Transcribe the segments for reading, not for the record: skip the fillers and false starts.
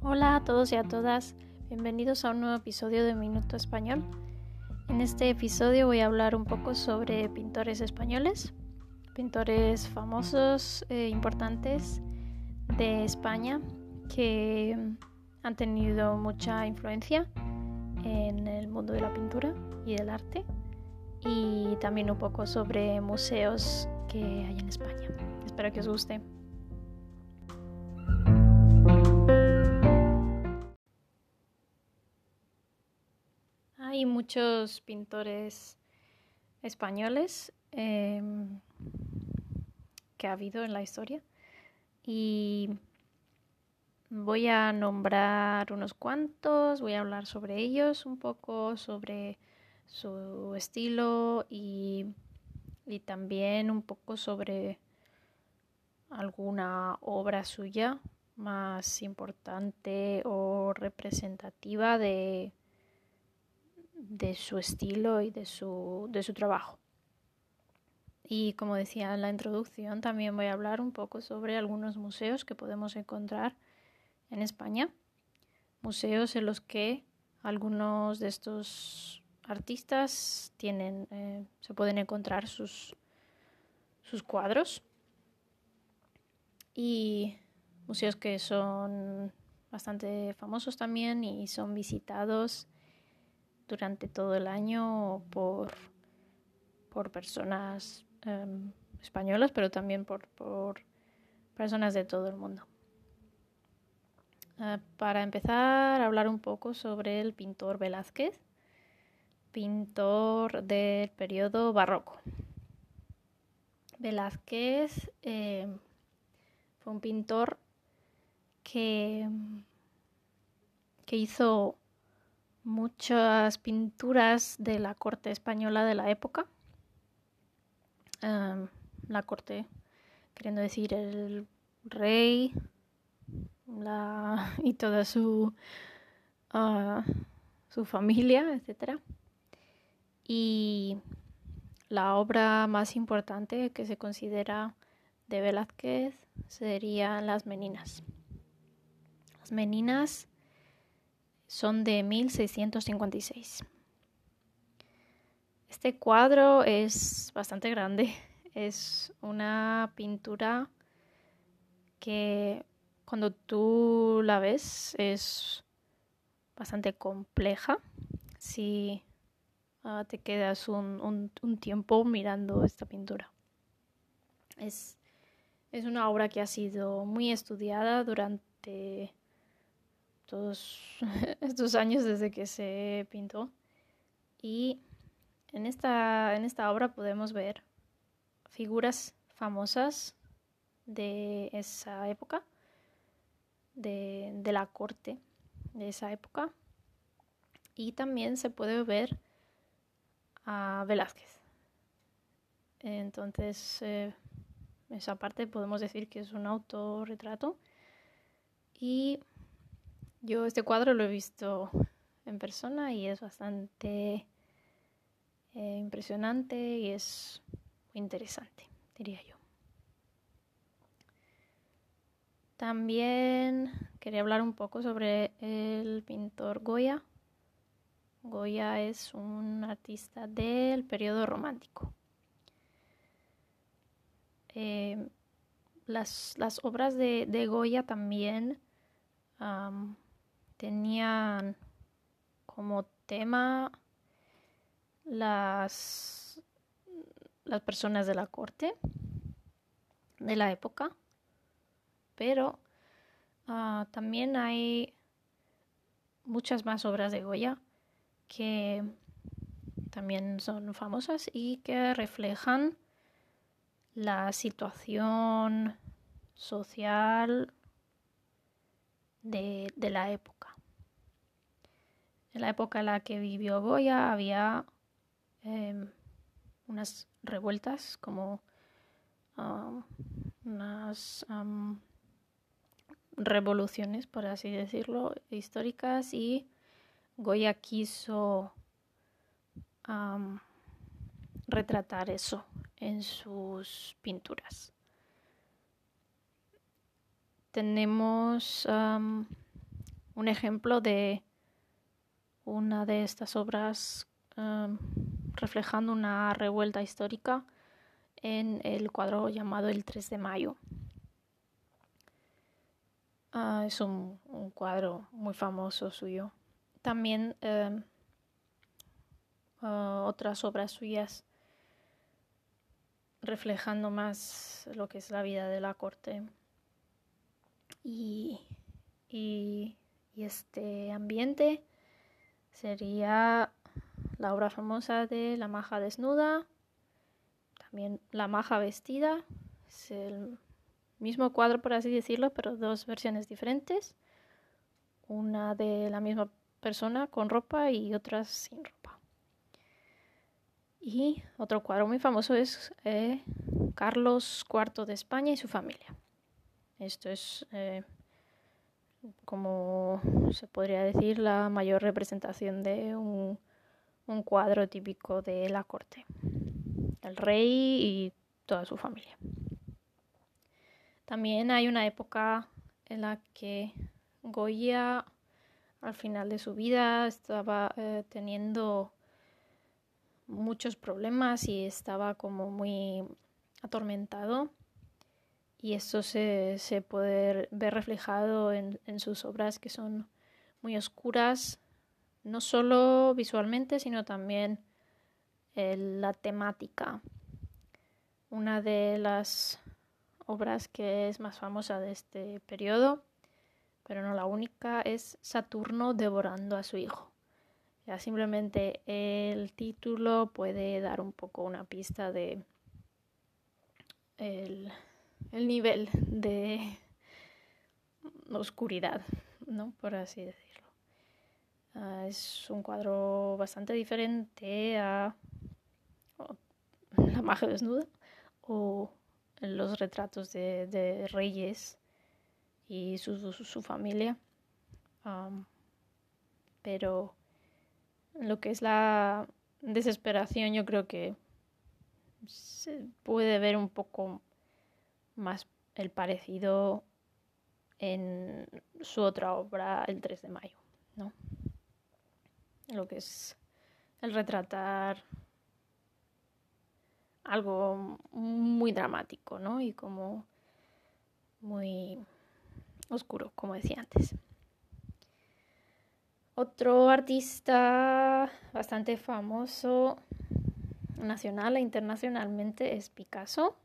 Hola a todos y a todas, bienvenidos a un nuevo episodio de Minuto Español. En este episodio voy a hablar un poco sobre pintores españoles, pintores famosos e importantes de España que han tenido mucha influencia en el mundo de la pintura y del arte, y también un poco sobre museos que hay en España. Espero que os guste. Hay muchos pintores españoles que ha habido en la historia y voy a nombrar unos cuantos, voy a hablar sobre ellos un poco, sobre su estilo y también un poco sobre alguna obra suya más importante o representativa de su estilo y de su trabajo. Y como decía en la introducción, también voy a hablar un poco sobre algunos museos que podemos encontrar en España. Museos en los que algunos de estos artistas se pueden encontrar sus cuadros. Y museos que son bastante famosos también y son visitados durante todo el año por personas españolas, pero también por personas de todo el mundo. Para empezar, a hablar un poco sobre el pintor Velázquez, pintor del periodo barroco. Velázquez fue un pintor que hizo muchas pinturas de la corte española de la época. La corte, queriendo decir el rey y toda su familia, etc. Y la obra más importante que se considera de Velázquez serían las Meninas. Las Meninas son de 1656. Este cuadro es bastante grande. Es una pintura que cuando tú la ves es bastante compleja. Si te quedas un tiempo mirando esta pintura. Es una obra que ha sido muy estudiada durante todos estos años desde que se pintó. Y en esta obra podemos ver figuras famosas de esa época, de la corte de esa época, y también se puede ver a Velázquez. Entonces, esa parte podemos decir que es un autorretrato, y yo este cuadro lo he visto en persona y es bastante impresionante y es muy interesante, diría yo. También quería hablar un poco sobre el pintor Goya. Goya es un artista del periodo romántico. Las obras de Goya también tenían como tema las personas de la corte de la época, pero también hay muchas más obras de Goya que también son famosas y que reflejan la situación social de la época. En la época en la que vivió Goya había unas revueltas, como unas revoluciones, por así decirlo, históricas, y Goya quiso retratar eso en sus pinturas. Tenemos un ejemplo de una de estas obras reflejando una revuelta histórica en el cuadro llamado El 3 de Mayo. Es un cuadro muy famoso suyo. También otras obras suyas reflejando más lo que es la vida de la corte y este ambiente sería la obra famosa de La maja desnuda, también La maja vestida. Es el mismo cuadro, por así decirlo, pero dos versiones diferentes. Una de la misma persona con ropa y otras sin ropa. Y otro cuadro muy famoso es Carlos IV de España y su familia. Esto es, como se podría decir, la mayor representación de un cuadro típico de la corte. El rey y toda su familia. También hay una época en la que Goya, al final de su vida, estaba teniendo muchos problemas y estaba como muy atormentado, y esto se puede ver reflejado en sus obras, que son muy oscuras, no solo visualmente sino también la temática. Una de las obras que es más famosa de este periodo, pero no la única, es Saturno devorando a su hijo. Ya simplemente el título puede dar un poco una pista de el nivel de oscuridad, ¿no? Por así decirlo. Es un cuadro bastante diferente a La maja desnuda o los retratos de reyes y su familia. Pero lo que es la desesperación, yo creo que se puede ver un poco más el parecido en su otra obra, El 3 de Mayo, ¿no? Lo que es el retratar algo muy dramático, ¿no? Y como muy oscuro, como decía antes. Otro artista bastante famoso nacional e internacionalmente es Picasso.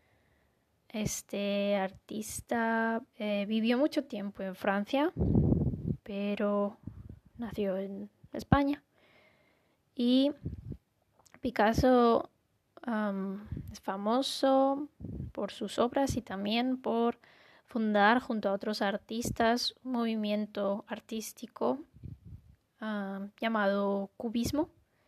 Este artista vivió mucho tiempo en Francia, pero nació en España. Y Picasso es famoso por sus obras y también por fundar junto a otros artistas un movimiento artístico llamado cubismo.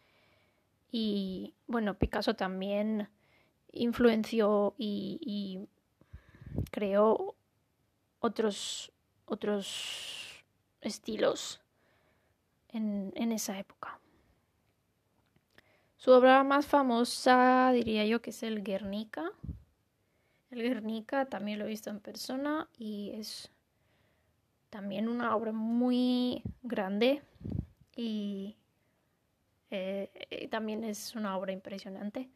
Y bueno, Picasso también influenció y creó otros estilos en esa época. Su obra más famosa diría yo que es el Guernica. El Guernica también lo he visto en persona y es también una obra muy grande y también es una obra impresionante.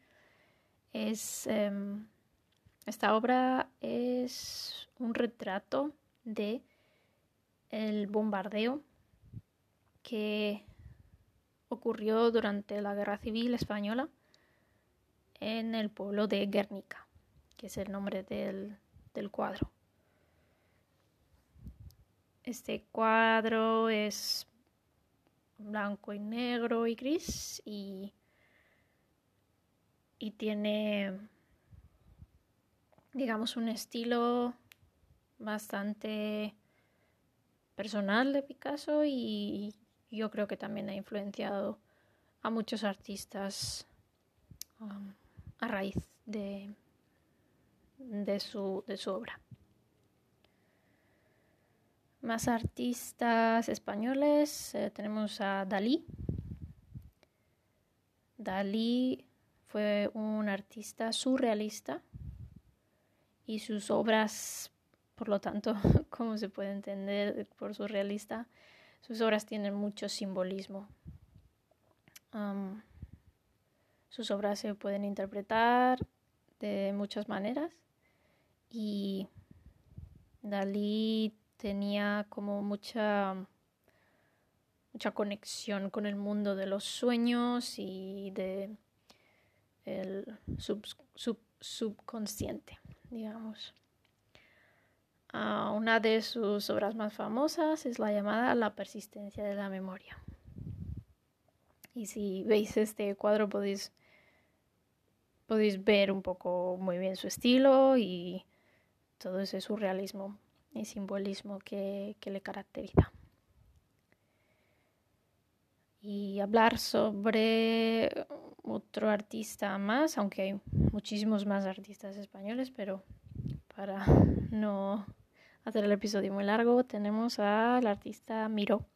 Esta obra es un retrato de el bombardeo que ocurrió durante la Guerra Civil Española en el pueblo de Guernica, que es el nombre del cuadro. Este cuadro es blanco y negro y gris y tiene, digamos, un estilo bastante personal de Picasso, y yo creo que también ha influenciado a muchos artistas a raíz de su obra. Más artistas españoles, tenemos a Dalí. Dalí fue un artista surrealista y sus obras por lo tanto, como se puede entender por surrealista, sus obras tienen mucho simbolismo. Sus obras se pueden interpretar de muchas maneras y Dalí tenía como mucha conexión con el mundo de los sueños y de el subconsciente, digamos. Una de sus obras más famosas es la llamada La persistencia de la memoria. Y si veis este cuadro podéis ver un poco muy bien su estilo y todo ese surrealismo y simbolismo que le caracteriza. Y hablar sobre otro artista más, aunque hay muchísimos más artistas españoles, pero para no hacer el episodio muy largo, tenemos al artista Miró.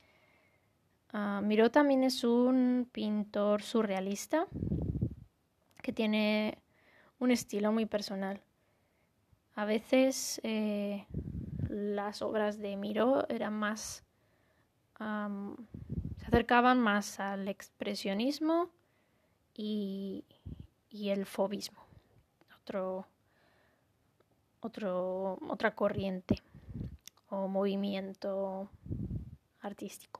Miró también es un pintor surrealista que tiene un estilo muy personal. A veces las obras de Miró eran más se acercaban más al expresionismo y el fauvismo, otra corriente o movimiento artístico.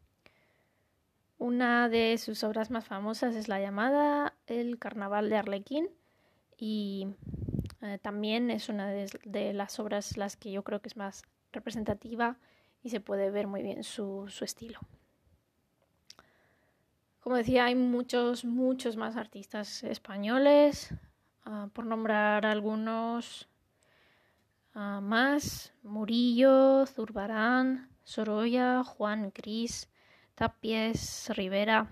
Una de sus obras más famosas es la llamada El Carnaval de Arlequín y también es una de las obras las que yo creo que es más representativa y se puede ver muy bien su estilo. Como decía, hay muchos más artistas españoles. Por nombrar algunos más: Murillo, Zurbarán, Sorolla, Juan Gris, Tapies, Rivera.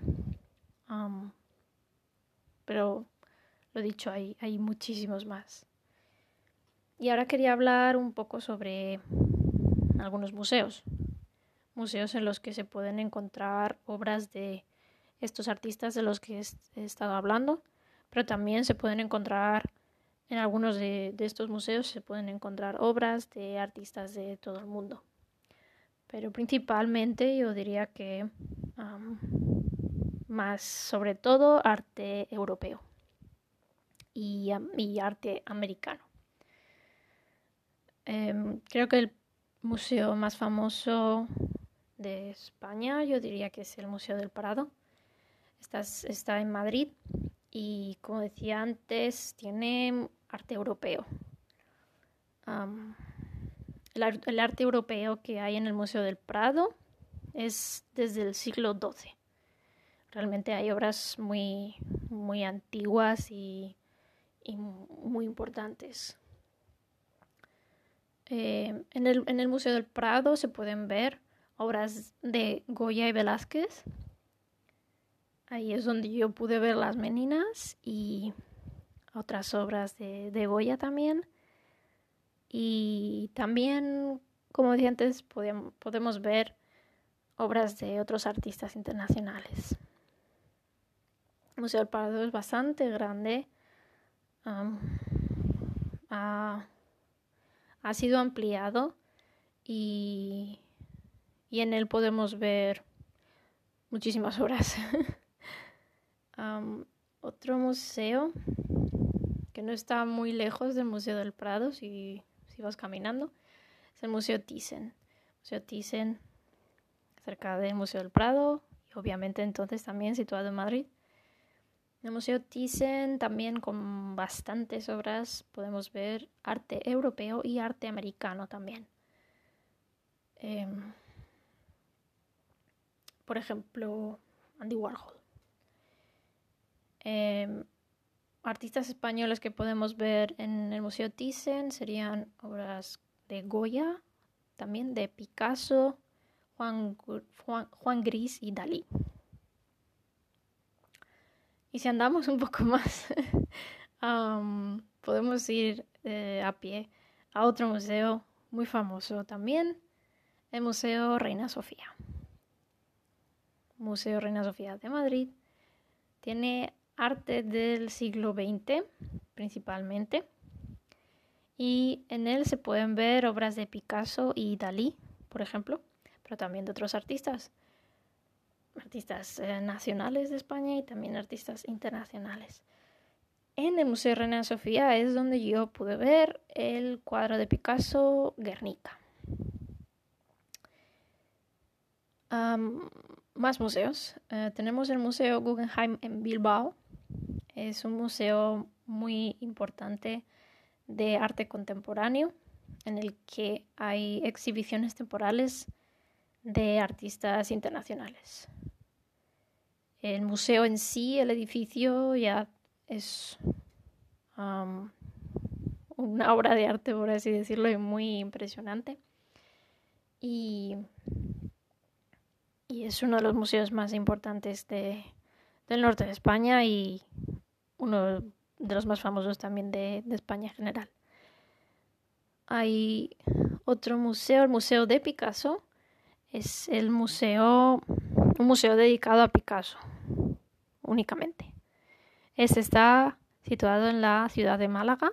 Pero lo dicho, hay muchísimos más. Y ahora quería hablar un poco sobre algunos museos en los que se pueden encontrar obras de estos artistas de los que he estado hablando, pero también se pueden encontrar en algunos de estos museos, se pueden encontrar obras de artistas de todo el mundo. Pero principalmente yo diría que más sobre todo arte europeo y arte americano. Creo que el museo más famoso de España yo diría que es el Museo del Prado. Está en Madrid y, como decía antes, tiene arte europeo. El arte europeo que hay en el Museo del Prado es desde el siglo XII. Realmente hay obras muy, muy antiguas y muy importantes. En el Museo del Prado se pueden ver obras de Goya y Velázquez. Ahí es donde yo pude ver Las Meninas y otras obras de Goya también. Y también, como decía antes, podemos ver obras de otros artistas internacionales. El Museo del Prado es bastante grande. Ha sido ampliado y en él podemos ver muchísimas obras. Otro museo que no está muy lejos del Museo del Prado, si vas caminando, es el Museo Thyssen. Museo Thyssen, cerca del Museo del Prado, y obviamente entonces también situado en Madrid. En el Museo Thyssen también, con bastantes obras, podemos ver arte europeo y arte americano también. Por ejemplo, Andy Warhol. Artistas españoles que podemos ver en el Museo Thyssen serían obras de Goya, también de Picasso, Juan Gris y Dalí. Y si andamos un poco más, podemos ir a pie a otro museo muy famoso también, el Museo Reina Sofía. Museo Reina Sofía de Madrid tiene arte del siglo XX principalmente y en él se pueden ver obras de Picasso y Dalí, por ejemplo, pero también de otros artistas nacionales de España y también artistas internacionales. En el Museo Reina Sofía es donde yo pude ver el cuadro de Picasso, Guernica. Más museos. Tenemos el Museo Guggenheim en Bilbao. Es un museo muy importante de arte contemporáneo en el que hay exhibiciones temporales de artistas internacionales. El museo en sí, el edificio, ya es una obra de arte, por así decirlo, y muy impresionante. Y es uno de los museos más importantes del norte de España y uno de los más famosos también de España en general. Hay otro museo, el Museo de Picasso. Es un museo dedicado a Picasso únicamente. Este está situado en la ciudad de Málaga.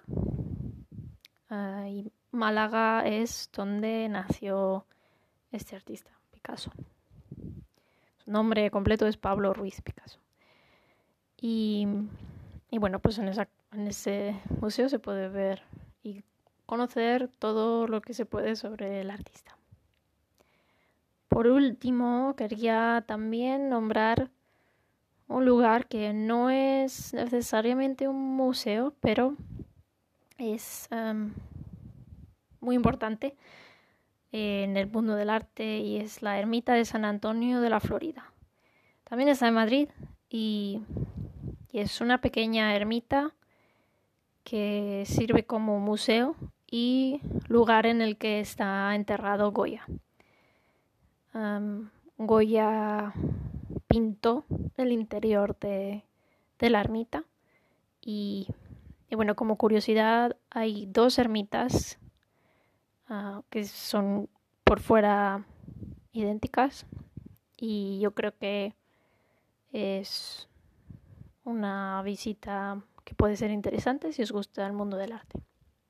Y Málaga es donde nació este artista, Picasso. Su nombre completo es Pablo Ruiz Picasso. Y bueno, pues en ese museo se puede ver y conocer todo lo que se puede sobre el artista. Por último, quería también nombrar un lugar que no es necesariamente un museo, pero es muy importante en el mundo del arte y es la Ermita de San Antonio de la Florida. También está en Madrid y es una pequeña ermita que sirve como museo y lugar en el que está enterrado Goya. Goya pintó el interior de la ermita y bueno, como curiosidad, hay 2 ermitas que son por fuera idénticas y yo creo que es una visita que puede ser interesante si os gusta el mundo del arte.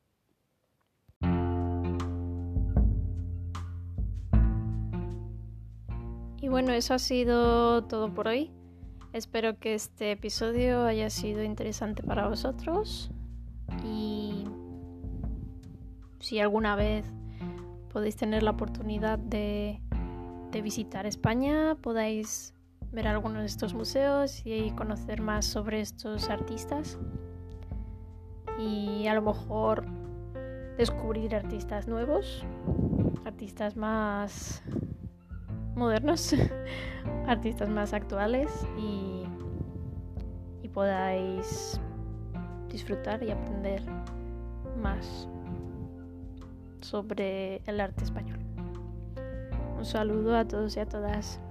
Y bueno, eso ha sido todo por hoy. Espero que este episodio haya sido interesante para vosotros y si alguna vez podéis tener la oportunidad de visitar España, podáis ver algunos de estos museos y conocer más sobre estos artistas y a lo mejor descubrir artistas nuevos, artistas más modernos, artistas más actuales y podáis disfrutar y aprender más sobre el arte español. Un saludo a todos y a todas.